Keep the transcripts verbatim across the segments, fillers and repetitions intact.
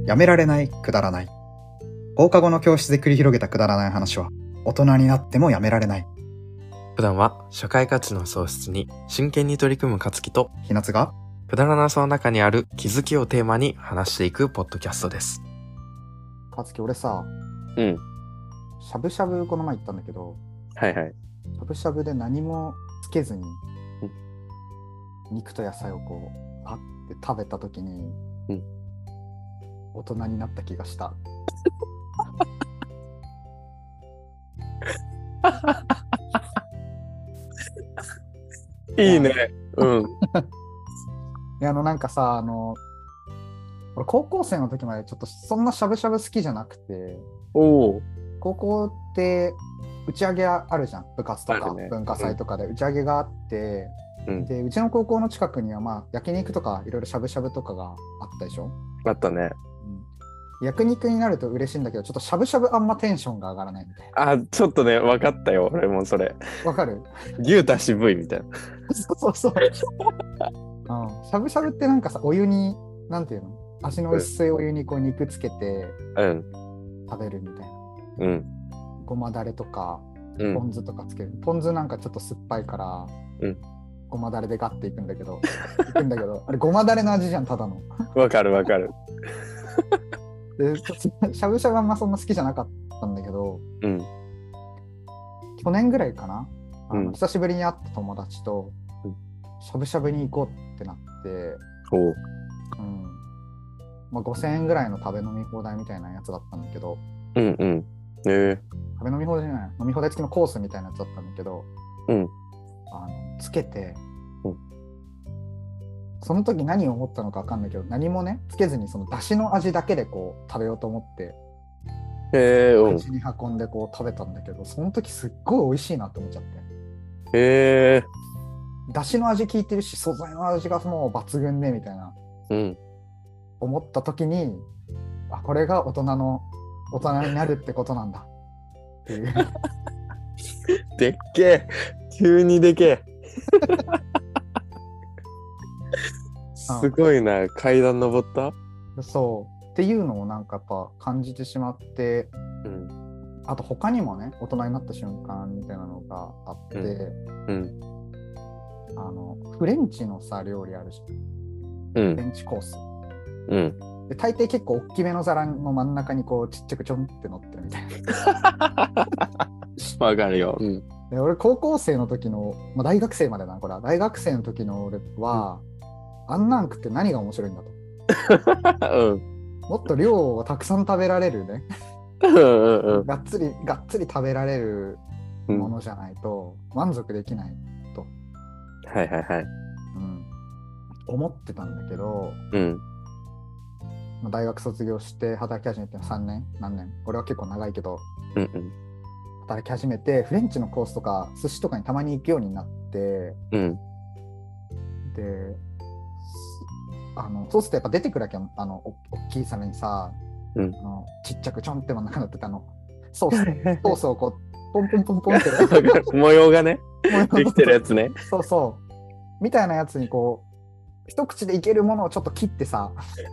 やめられないくだらない。放課後の教室で繰り広げたくだらない話は大人になってもやめられない。 普段は社会価値の創出に真剣に取り組む勝樹とひなつがくだらなさの中にある気づきをテーマに話していくポッドキャストです。 かつき俺さ、 うんしゃぶしゃぶこの前行ったんだけど、 はいはいしゃぶしゃぶで何もつけずに肉と野菜をこうパッて食べた時に、うん、大人になった気がしたいいね。うんいやあのなんかさ、あの俺高校生の時までちょっとそんなしゃぶしゃぶ好きじゃなくて、 お高校って打ち上げあるじゃん、部活とか、ね、文化祭とかで打ち上げがあって、うん、でうちの高校の近くにはまあ焼肉とかいろいろしゃぶしゃぶとかがあったでしょ。 あったね、 うん、焼肉になると嬉しいんだけど、ちょっとしゃぶしゃぶあんまテンションが上がらないみたいな。 あ、ちょっとね、分かったよ俺もそれ。 わかる？ 牛だし部位みたいなそうそうそう、うん、しゃぶしゃぶってなんかさ、お湯になんていうの、味の薄いお湯にこう肉つけて食べるみたいな、うん、ごまだれとかポン酢とかつける、うん、ポン酢なんかちょっと酸っぱいから、うん、ごまだれでガッていくんだけどいくんだけどあれごまだれの味じゃん、ただの。 わかるわかるでしゃぶしゃぶあんまそんな好きじゃなかったんだけど、うん、去年ぐらいかな、あの、うん、久しぶりに会った友達と、うん、しゃぶしゃぶに行こうってなって、おう、うんまあ、ごせんえんぐらいの食べ飲み放題みたいなやつだったんだけど、うんうん、えー、食べ飲み放題じゃない、飲み放題付きのコースみたいなやつだったんだけど、うん、あのつけて、うん、その時何を思ったのか分かんないけど、何もねつけずにその出汁の味だけでこう食べようと思ってへー、 口に運んでこう食べたんだけど、その時すっごい美味しいなって思っちゃって。 へー、出汁の味効いてるし素材の味がもう抜群でみたいな、うん、思った時に、あ、これが大人の大人になるってことなんだっていうでっけえ、急にでけえすごいな、階段登った？ そうっていうのをなんかやっぱ感じてしまって、うん、あと他にもね、大人になった瞬間みたいなのがあって、うんうん、あのフレンチのさ料理あるじゃん、うん、フレンチコース、うん、で大抵結構大きめの皿の真ん中にこうちっちゃくちょんって乗ってるみたいなわかるよ、うん、 で俺高校生の時の、まあ、大学生までな、これは大学生の時の俺は、うん、あんなん食って何が面白いんだと、うん、もっと量をたくさん食べられるねうんうん、がっつりがっつり食べられるものじゃないと満足できないと、 うん、はいはいはい、 うん、思ってたんだけど、うん大学卒業して働き始めてさんねん何年、俺は結構長いけど、うんうん、働き始めてフレンチのコースとか寿司とかにたまに行くようになって、うん、であのそうするとやっぱ出てくるわけよ、あの大きい皿にさ、うん、あのちっちゃくちょんって真ん中になってたのソースソースをこうポンポンポンポンって模様がねできてるやつね、 そうそうみたいなやつにこう一口でいけるものをちょっと切ってさ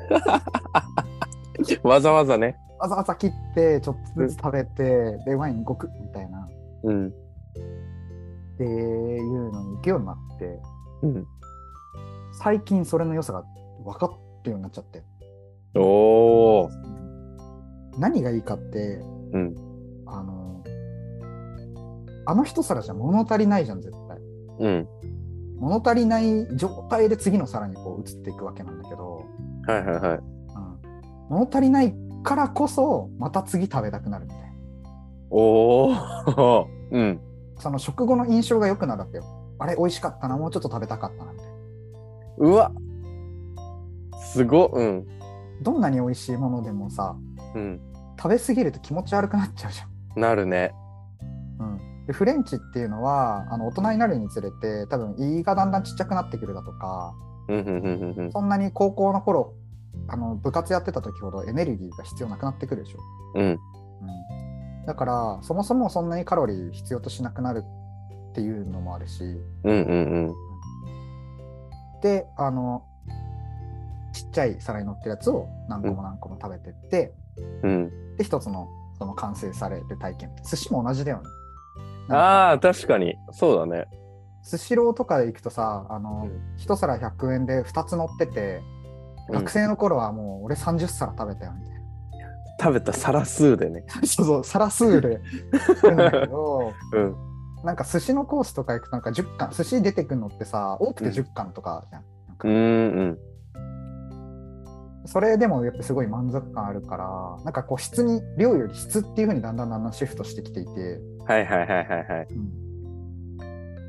わざわざねわざわざ切ってちょっとずつ食べて、うん、でワインごくみたいな、うん、っていうのに行くようになって、うん、最近それの良さが分かってるようになっちゃって、おー、何がいいかって、うん、あのあの一皿じゃ物足りないじゃん絶対、うん、物足りない状態で次の皿にこう移っていくわけなんだけど、はいはいはい、うん、物足りないからこそまた次食べたくなるみたいな、おお、うん、その食後の印象が良くなるわけよ。あれ美味しかったな、もうちょっと食べたかったなみたいな。 うわすごっ、うん、 どんなに美味しいものでもさ、うん、食べ過ぎると気持ち悪くなっちゃうじゃん。 なるね、 うん、でフレンチっていうのはあの大人になるにつれて多分胃がだんだんちっちゃくなってくるだとか、うんうんうんうん、そんなに高校の頃あの部活やってた時ほどエネルギーが必要なくなってくるでしょ、うんうん、だからそもそもそんなにカロリー必要としなくなるっていうのもあるし、うんうんうん、であのちっちゃい皿に乗ってるやつを何個も何個も食べてって、うん、で一つのその完成される体験。寿司も同じだよね。 ああ、確かにそうだね。 スシローとかで行くとさ、あの、うん、一皿ひゃくえんでふたつ乗ってて、学生の頃はもう俺さんじゅっさら食べたよみたいな。 食べた皿数でね。 そうそう、皿数で来るんだけど、うん、なんか寿司のコースとか行くとなんかじゅっかん、寿司出てくるのってさ、多くてじゅっかんとかじゃん。なんかうんうんそれでもやっぱすごい満足感あるから、なんかこう質に、量より質っていう風にだんだんだんだんシフトしてきていて、 はいはいはいはいはい。うん、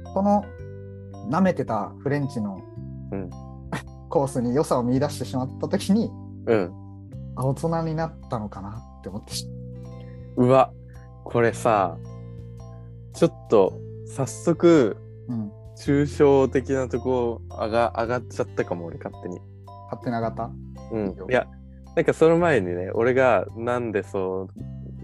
この舐めてたフレンチの、うん、コースに良さを見出してしまった時に、うん、あ、大人になったのかなって思ってしうわ、これさ、ちょっと早速、うん、抽象的なとこ上が、上がっちゃったかも、俺勝手に。 勝手に上がった？ うん。いや、なんかその前にね、俺がなんでそう、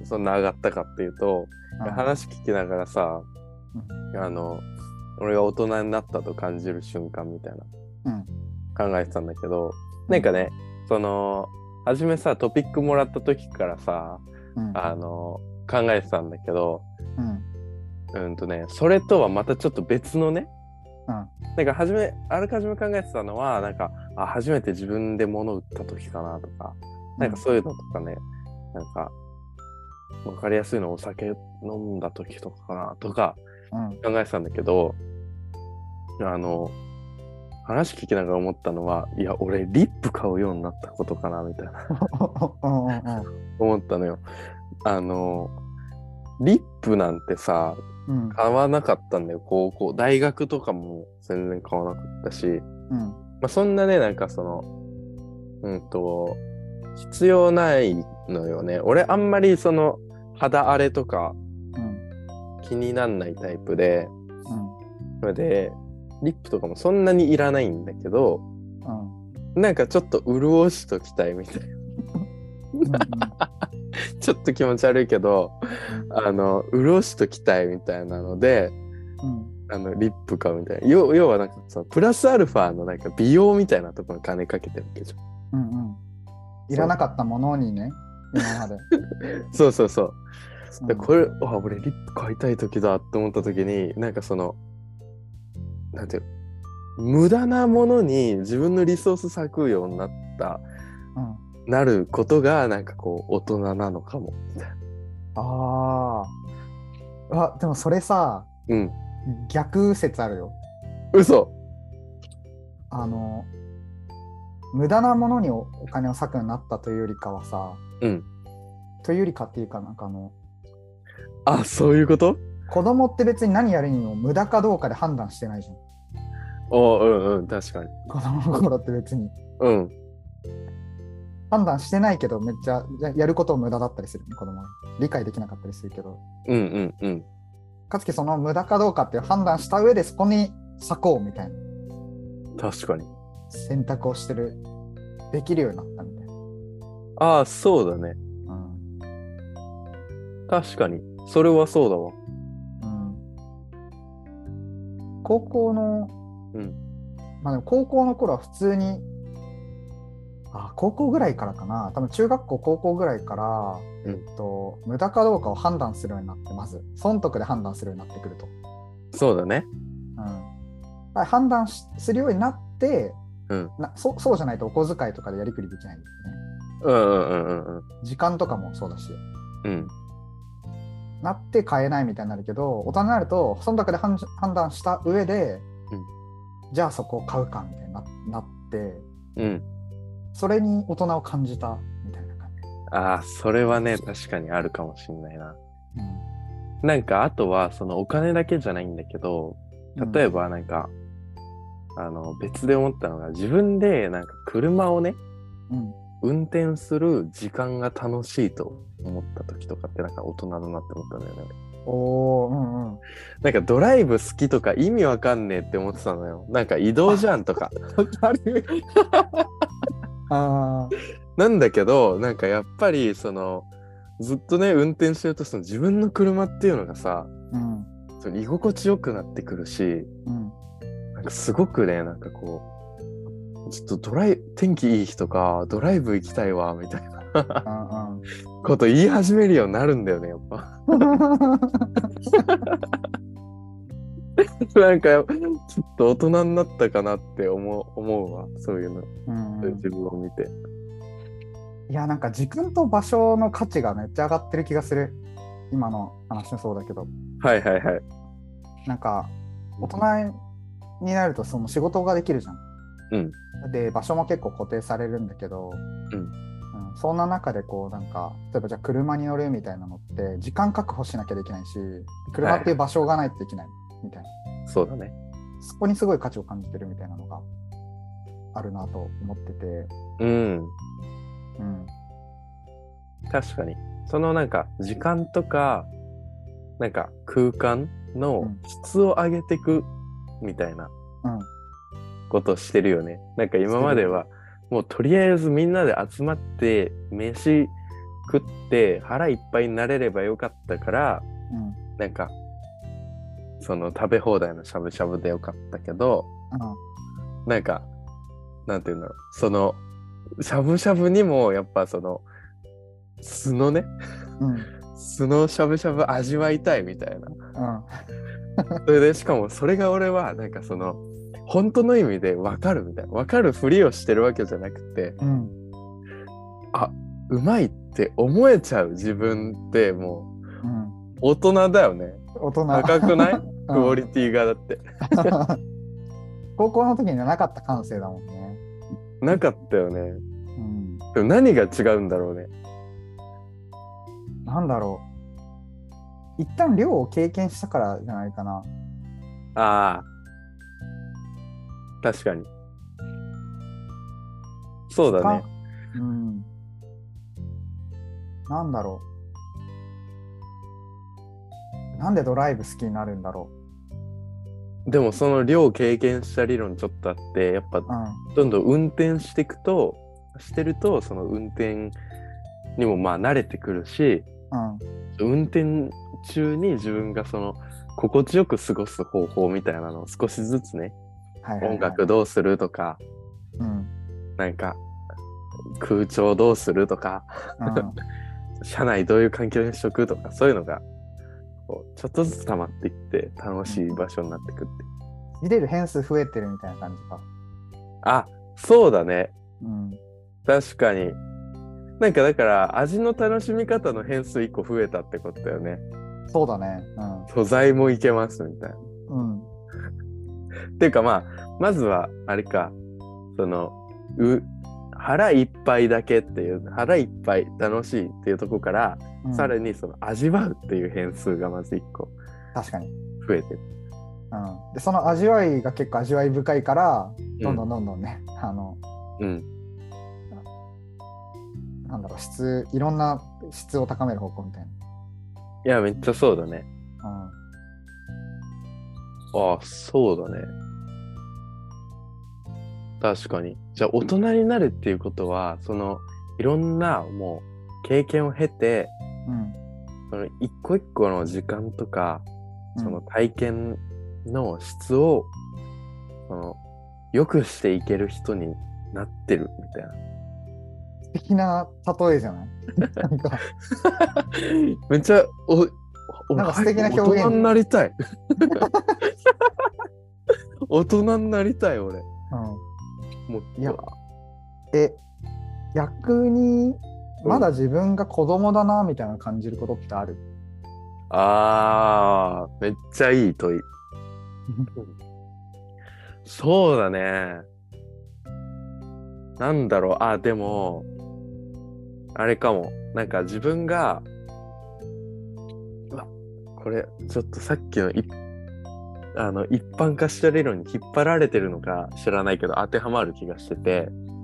そんな上がったかっていうと、うん、話聞きながらさ、うん、あの、俺が大人になったと感じる瞬間みたいな、うん、考えてたんだけど、なんかね、その、初めさ、トピックもらった時からさ、うん、あの、考えてたんだけど、うん、うんとね、それとはまたちょっと別のね、うん、なんか初め、あらかじめ考えてたのは、なんか、あ、初めて自分で物を売った時かなとか、なんかそういうのとかね、うん、なんか、わかりやすいのお酒飲んだ時とかかなとか考えてたんだけど、うん、あの、話聞きながら思ったのは、いや、俺リップ買うようになったことかなみたいな思ったのよ。あの、リップなんてさ、うん、買わなかったんだよ、高校。大学とかも全然買わなかったし、うん、まあ、そんなね、なんかその、うんと、必要ないのよね。俺あんまりその肌荒れとか気になんないタイプで、うん、それでリップとかもそんなにいらないんだけど、うん、なんかちょっと潤しときたいみたいな。ちょっと気持ち悪いけど、あの潤しときたいみたいなので、うん、あのリップ買うみたいな。要, 要はなんかさ、プラスアルファのなんか美容みたいなところに金かけてるわけじゃん。うんうん。 いらなかったものにね、今まで。 そうそうそう。うん、これ、あ、俺リップ買いたい時だって思った時に、なんかその、なんていうの、無駄なものに自分のリソース割くようになった、うん、なることが、なんかこう、大人なのかも、みたいな。 ああ。あ、でもそれさ、うん、逆説あるよ。 嘘。 あの、無駄なものに お, お金を割くようになったというよりかはさ、うん、というよりかっていうかなんかあのあ、そういうこと？ 子供って別に何やるにも無駄かどうかで判断してないじゃん。 おうんうん確かに。 子供の頃って別に、うん、判断してないけどめっちゃやること無駄だったりするね、子供が理解できなかったりするけど、うんうんうん。かつてその無駄かどうかっていう判断した上でそこに割こうみたいな。 確かに。 選択をしてる、できるようになったみたいな。 ああ、そうだね。うん、確かに、それはそうだわ。うん。 高校の、うん。まあでも高校の頃は普通に、あ、高校ぐらいからかな。多分中学校、高校ぐらいから、うん、えっと、無駄かどうかを判断するようになって、まず、損得で判断するようになってくると。 そうだね。 うん。判断するようになって、うん、な そ, そうじゃないとお小遣いとかでやりくりできないんですね。うんうんうんうん。時間とかもそうだし。うん。なって買えないみたいになるけど、大人になると損得で判断した上で、うん、じゃあそこを買うかみたいに な, なって、うん、それに大人を感じたみたいな感じ。 ああ、それはね確かにあるかもしれないな。うん、なんかあとはそのお金だけじゃないんだけど、例えばなんか、うん、あの別で思ったのが、自分でなんか車をね、うん、運転する時間が楽しいと思った時とかってなんか大人だなって思ったんだよね。おー、うんうん。なんかドライブ好きとか意味わかんねえって思ってたのよ。なんか移動じゃんとか。わかる。あなんだけど、なんかやっぱりそのずっとね運転してるとその自分の車っていうのがさ、うん、その居心地よくなってくるし、うん、なんかすごくねなんかこうちょっとドライ天気いい日とかドライブ行きたいわみたいなうん、うん、こと言い始めるようになるんだよねやっぱなんかちょっと大人になったかなって思う、思うわそういうの、うんうん、自分を見て。 いやなんか時間と場所の価値がめっちゃ上がってる気がする。今の話もそうだけど。 はいはいはい。 なんか大人になるとその仕事ができるじゃん。うん。で場所も結構固定されるんだけど、うんうん、そんな中でこうなんか例えばじゃあ車に乗るみたいなのって時間確保しなきゃできないし、車っていう場所がないといけないみたいな。 はい、そうだね。 そこにすごい価値を感じてるみたいなのがあるなと思ってて。 うん。うん。確かに。そのなんか時間とかなんか空間の質を上げていくみたいなことをしてるよね。なんか今まではもうとりあえずみんなで集まって飯食って腹いっぱいになれればよかったから、うん、なんかその食べ放題のしゃぶしゃぶでよかったけど、うん、なんかなんていうんだろう、そのしゃぶしゃぶにもやっぱその素のね、うん、素のしゃぶしゃぶ味わいたいみたいな、うん、それでしかもそれが俺はなんかその本当の意味で分かるみたいな、分かるふりをしてるわけじゃなくて、うん、あ、うまいって思えちゃう自分ってもう、うん、大人だよね。 大人高くない、うん、クオリティがだって高校の時にはなかった感性だもんね。 なかったよね、うん、でも何が違うんだろうね。 なんだろう、一旦寮を経験したからじゃないかな。 ああ、確かにそうだね。うん。 なんだろう、なんでドライブ好きになるんだろう。でもその寮経験した理論ちょっとあって、やっぱ、うん、どんどん運転していくとしてるとその運転にもまあ慣れてくるし、うん、運転中に自分がその心地よく過ごす方法みたいなのを少しずつね、はいはいはい、音楽どうするとか、うん、なんか空調どうするとか、うん、車内どういう環境にしとくとか、そういうのがこうちょっとずつ溜まっていって楽しい場所になってくって。 見れる変数増えてるみたいな感じか。 あ、そうだね、うん、確かに。なんかだから味の楽しみ方の変数いっこ増えたってことだよね。 そうだね、うん、 素材もいけますみたいな、うん、っていうかまあまずはあれか、そのう腹いっぱいだけっていう、腹いっぱい楽しいっていうところから、うん、さらにその味わうっていう変数がまずいっこ確かに増えてる、 うん、でその味わいが結構味わい深いから、うん、どんどんどんどんね、あの、うん、なんだろう、質、いろんな質を高める方向みたいな。 いや、めっちゃそうだね。うん、ああ、そうだね。確かに。じゃあ大人になるっていうことは、そのいろんなもう経験を経て、うん、その一個一個の時間とか、その体験の質を、うん、その良くしていける人になってるみたいな。 素敵な例えじゃない？なんかめっちゃおおなんか素敵な表現。 大人になりたい。大人になりたい俺。うん、 もういやえ逆にまだ自分が子供だなみたいな感じることってある？ あー、めっちゃいい問い。そうだね。なんだろう、あ、でもあれかも、なんか自分が、うわ、これちょっとさっきのいあの一般化した理論に引っ張られてるのか知らないけど当てはまる気がしてて、うん、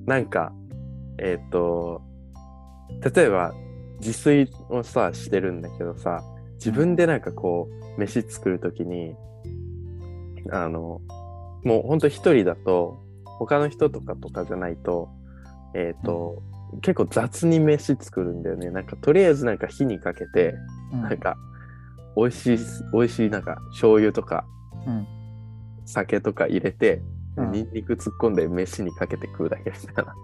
なんかえっと例えば自炊をさしてるんだけどさ、自分でなんかこう飯作るときに、あのもうほんと一人だと他の人とかとかじゃないとえっと、うん、結構雑に飯作るんだよね。なんかとりあえずなんか火にかけて、うん、なんか美味しい美味しいなんか醤油とか、うん、酒とか入れてうん、ニンニク突っ込んで飯にかけて食うだけみたいな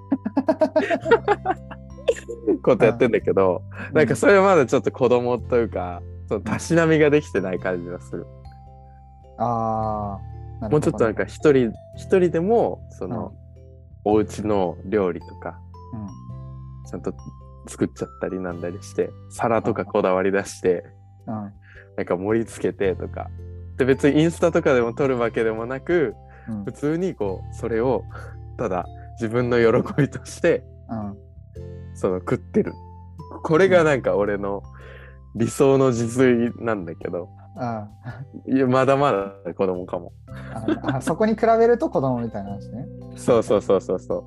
ことやってんだけど、うん、なんかそれはまだちょっと子供というか、そのたしなみができてない感じがする。 ああ、 もうちょっとなんか一人一人でもその、うん、お家の料理とか、うん、ちゃんと作っちゃったりなんだりして皿とかこだわり出して、うん、なんか盛り付けてとかで、別にインスタとかでも撮るわけでもなく、うん、普通にこうそれをただ自分の喜びとして、うん、その食ってる。これがなんか俺の理想の自炊なんだけど、うん、いやまだまだ子供かも。 ああ、そこに比べると子供みたいな話ね。 そうそうそうそうそう。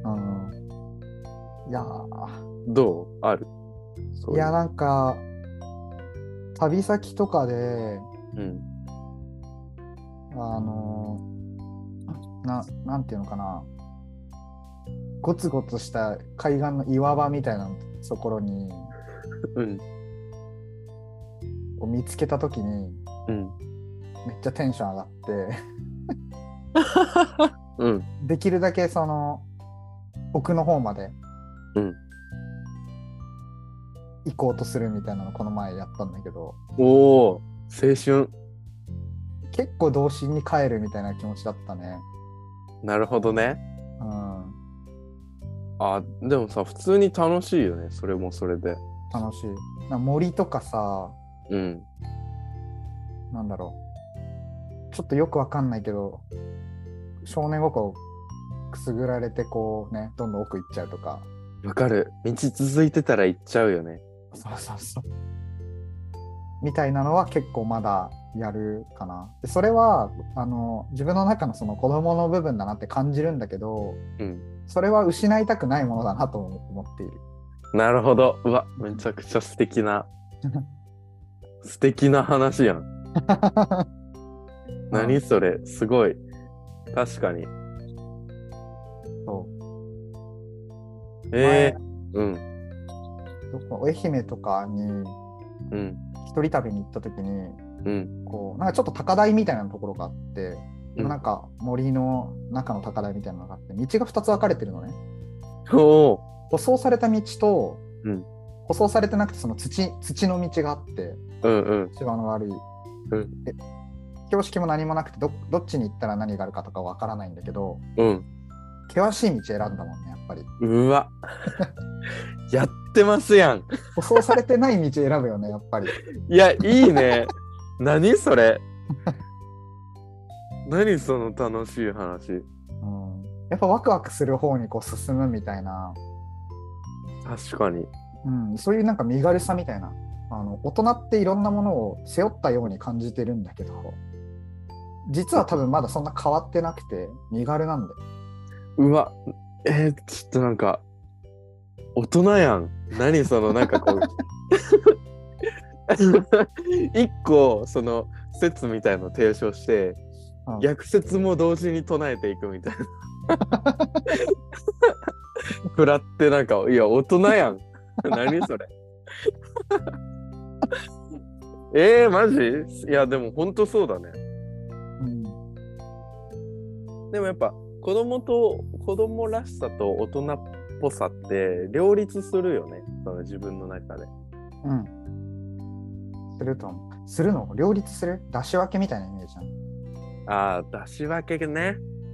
うん、いやどうある？ いやなんか旅先とかで、うん、あのななんていうのかな、ゴツゴツした海岸の岩場みたいなところに、うん、を見つけたときに、うん、めっちゃテンション上がって、うん、できるだけその奥の方まで、うん、行こうとするみたいなのこの前やったんだけど、 おー、青春。 結構童心に帰るみたいな気持ちだったね。 なるほどね。うん。あ、でもさ、普通に楽しいよね。それもそれで。 楽しい。な森とかさ、うん。なんだろう。ちょっとよくわかんないけど、少年心くすぐられてこうね、どんどん奥行っちゃうとか。 わかる。道続いてたら行っちゃうよね。 そうそうそう。みたいなのは結構まだやるかな。でそれはあの自分の中のその子供の部分だなって感じるんだけど、うん、それは失いたくないものだなと思っている。 なるほど。うわ、めちゃくちゃ素敵な素敵な話やん。何それ、すごい。確かに。そう。えー、うん。 どこ愛媛とかに、うん。一人旅に行った時に、うん、こうなんかちょっと高台みたいなところがあって、うん、なんか森の中の高台みたいなのがあって道がふたつ分かれてるのね。お舗装された道と、うん、舗装されてなくてその 土, 土の道があって、うんうん、芝の悪い、うん、で標識も何もなくて ど, どっちに行ったら何があるかとか分からないんだけど、うん、険しい道選んだもんねやっぱり。 うわやってますやん。 舗装されてない道選ぶよねやっぱり。 いやいいね。何それ。何その楽しい話、うん、 やっぱワクワクする方にこう進むみたいな。 確かに、 うん、そういうなんか身軽さみたいな、あの大人っていろんなものを背負ったように感じてるんだけど、実は多分まだそんな変わってなくて身軽なんだよ。 うわ、えー、ちょっとなんか大人やん。何そのなんかこう一個その説みたいのを提唱して、うん、逆説も同時に唱えていくみたいな食らってなんかいや大人やん何それえー、マジ？いやでもほんとそうだね、うん、でもやっぱ子供と子供らしさと大人っぽさって両立するよね、その自分の中で。うん。 すると思う。するの？両立する？出し分けみたいなイメージじゃん。 ああ、出し分けね。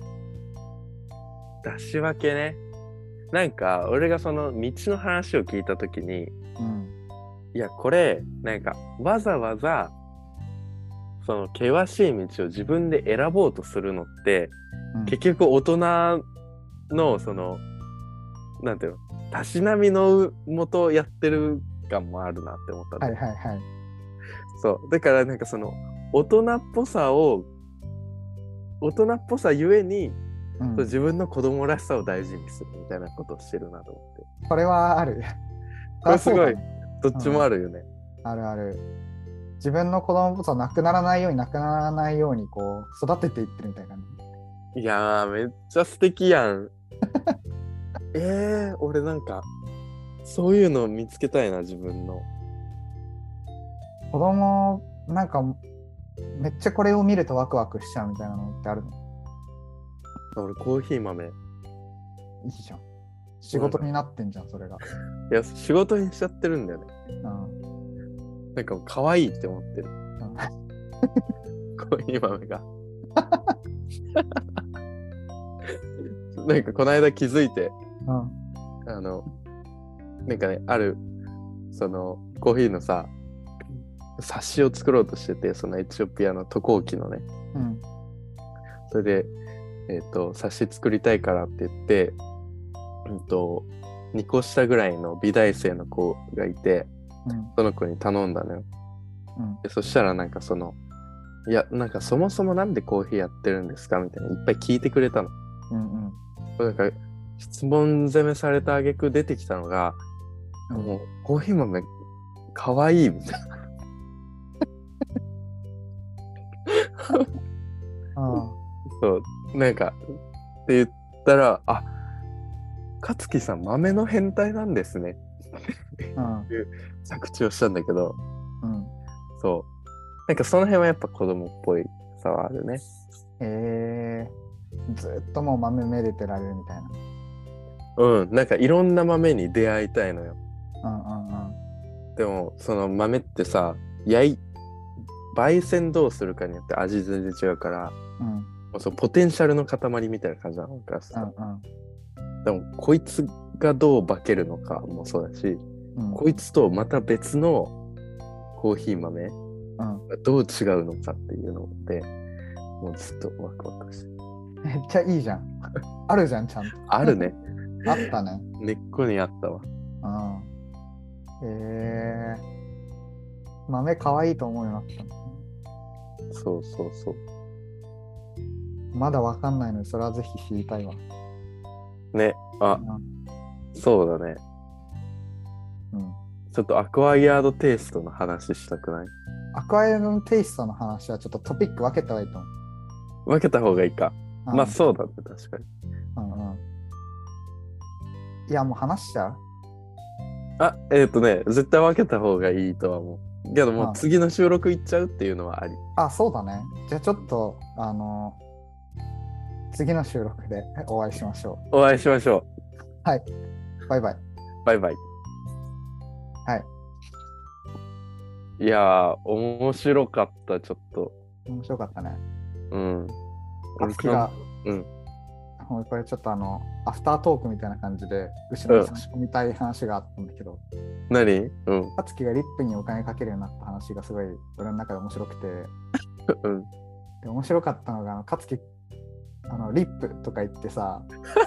出し分けね。なんか俺がその道の話を聞いたときに、うん、いやこれなんかわざわざその険しい道を自分で選ぼうとするのって、うん、結局大人のそのなんていうの、たしなみのもとやってる感もあるなって思った。 はいはいはい。 そうだからなんかその大人っぽさを大人っぽさゆえに、うん、自分の子供らしさを大事にするみたいなことをしてるなと思って。 これはある。 これすごい、どっちもあるよね、 うん、あるある。自分の子供っぽさなくならないようになくならないようにこう育てていってるみたいな。 いやーめっちゃ素敵やん。えー、俺なんかそういうのを見つけたいな、自分の子供。なんかめっちゃこれを見るとワクワクしちゃうみたいなのってあるの？ 俺コーヒー豆。いいじゃん。仕事になってんじゃん、それが。 いや、仕事にしちゃってるんだよね。 うん。 なんか可愛いって思ってる。うん、コーヒー豆が。なんかこの間気づいて、うん、あの、なんかね、ある、その、コーヒーのさ、冊子を作ろうとしてて、そのエチオピアの渡航期のね。うん、それで、えっと、冊子作りたいからって言って、うんと、にこ下ぐらいの美大生の子がいて、うん、その子に頼んだのよ。うん、でそしたらなんかその、いや、なんかそもそもなんでコーヒーやってるんですかみたいな、いっぱい聞いてくれたの。うんうん、なんか質問攻めされた挙句出てきたのが、うん、もうコーヒー豆かわいいみたいな。あそう、なんかって言ったら、あ、勝木さん豆の変態なんですね。うん、いう着地をしたんだけど、うん、そう。なんかその辺はやっぱ子供っぽいさはあるね。 へえー、ずっともう豆めでてられるみたいな。 うん、なんかいろんな豆に出会いたいのよ。うんうんうん。でもその豆ってさ、焼い焙煎どうするかによって味全然違うから、うん、もうそうポテンシャルの塊みたいな感じなのかさ、うんうん。でもこいつがどう化けるのかもそうだし、うん、こいつとまた別のコーヒー豆、うん、どう違うのかっていうので、もうずっとワクワクして。 めっちゃいいじゃん。あるじゃん、ちゃんと。 あるね。 あったね。 根っこにあったわ。 うん。へえー。豆かわいいと思うようになった。 そうそうそう。 まだわかんないので、それはぜひ知りたいわ。 ね、あ、うん、そうだね。うん。ちょっとアクワイアードテイストの話したくない？ アクワイアードテイストの話はちょっとトピック分けた方がいいと思う。分けた方がいいか。うん、まあそうだね、確かに。うんうん。 いや、もう話しちゃう？ あ、えっとね、絶対分けた方がいいとは思う。けどもう次の収録行っちゃうっていうのはあり。 あ、そうだね。じゃあちょっと、あのー、次の収録でお会いしましょう。お会いしましょう。はい。バイバイ。 バイバイ。 はい。 いやー、面白かった、ちょっと。 面白かったね。 うん。 あつきが、うん。これちょっとあの、アフタートークみたいな感じで、後ろに差し込みたい話があったんだけど。 うん、何？うん。 あつきがリップにお金かけるようになった話がすごい、俺の中で面白くて。うん。で、面白かったのが、かつき、あの、リップとか言ってさ、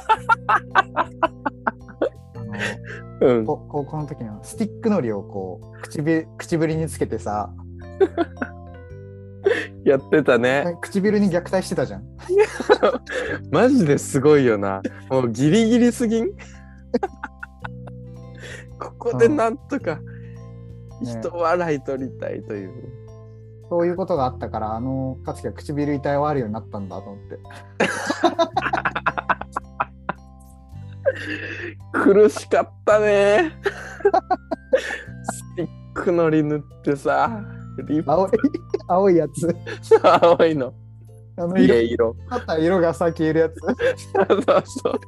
うん、高校の時のスティックのりをこう 唇, 唇につけてさやってたね。 唇に虐待してたじゃん。 マジですごいよな。もうギリギリすぎん。ここでなんとか人笑い取りたいという、ね、 そういうことがあったから、あのかつては唇痛いはあるようになったんだと思って。 苦しかったね。スティックのり塗ってさ、 リップ青い青いやつ。 青いの。あの色色。 あった色がさ消えるやつ。 そうそう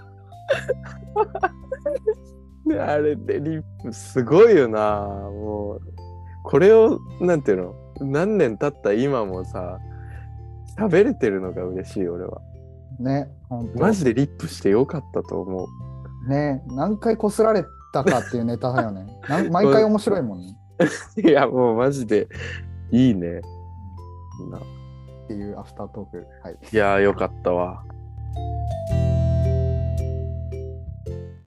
であれでリップすごいよな。もうこれをなんていうの、何年経った今もさ喋れてるのが嬉しい俺は。ね、本当。マジでリップしてよかったと思う。ね、何回こすられたかっていうネタだよね。毎回面白いもんね。 いやもうマジでいいね。 っていうアフタートーク。はい。 いやーよかったわ。